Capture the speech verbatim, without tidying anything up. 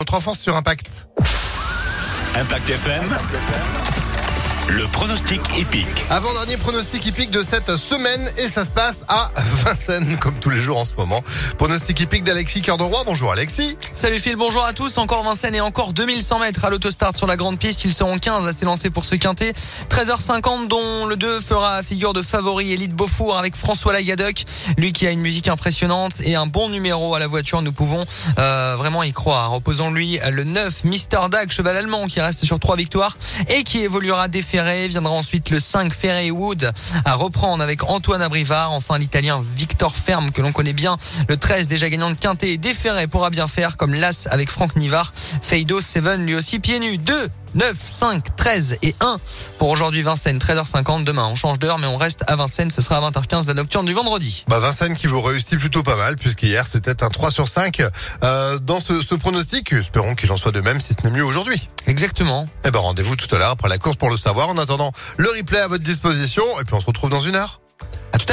votre enfance sur Impact. Impact F M, le pronostic épique. Avant-dernier pronostic hippique de cette semaine et ça se passe à Vincennes, comme tous les jours en ce moment. Pronostic hippique d'Alexis Cœur de Roi. Bonjour Alexis. Salut Phil, bonjour à tous. Encore Vincennes et encore deux mille cent mètres à l'autostart sur la grande piste. Ils seront quinze à s'élancer pour ce quintet. treize heures cinquante dont le deux fera figure de favori Élite Beaufour avec François Lagadec. Lui qui a une musique impressionnante et un bon numéro à la voiture. Nous pouvons euh, vraiment y croire. Opposons-lui le neuf Mister Dag, cheval allemand qui reste sur trois victoires et qui évoluera déféré. Viendra ensuite le cinq Ferry Wood à reprendre avec Antoine Abrivard. Enfin l'italien Victor Ferme que l'on connaît bien. Le treize déjà gagnant de quintet et déféré pourra bien faire comme l'As avec Franck Nivard. Feido Seven lui aussi pieds nus. deux, neuf, cinq, treize et un pour aujourd'hui Vincennes. treize heures cinquante. Demain on change d'heure mais on reste à Vincennes. Ce sera à vingt heures quinze la nocturne du vendredi. Bah Vincennes qui vous réussit plutôt pas mal puisqu'hier c'était un trois sur cinq euh, dans ce, ce pronostic. Espérons qu'il en soit de même si ce n'est mieux aujourd'hui. Exactement. Eh ben rendez-vous tout à l'heure après la course pour le savoir. En attendant, le replay à votre disposition et puis on se retrouve dans une heure.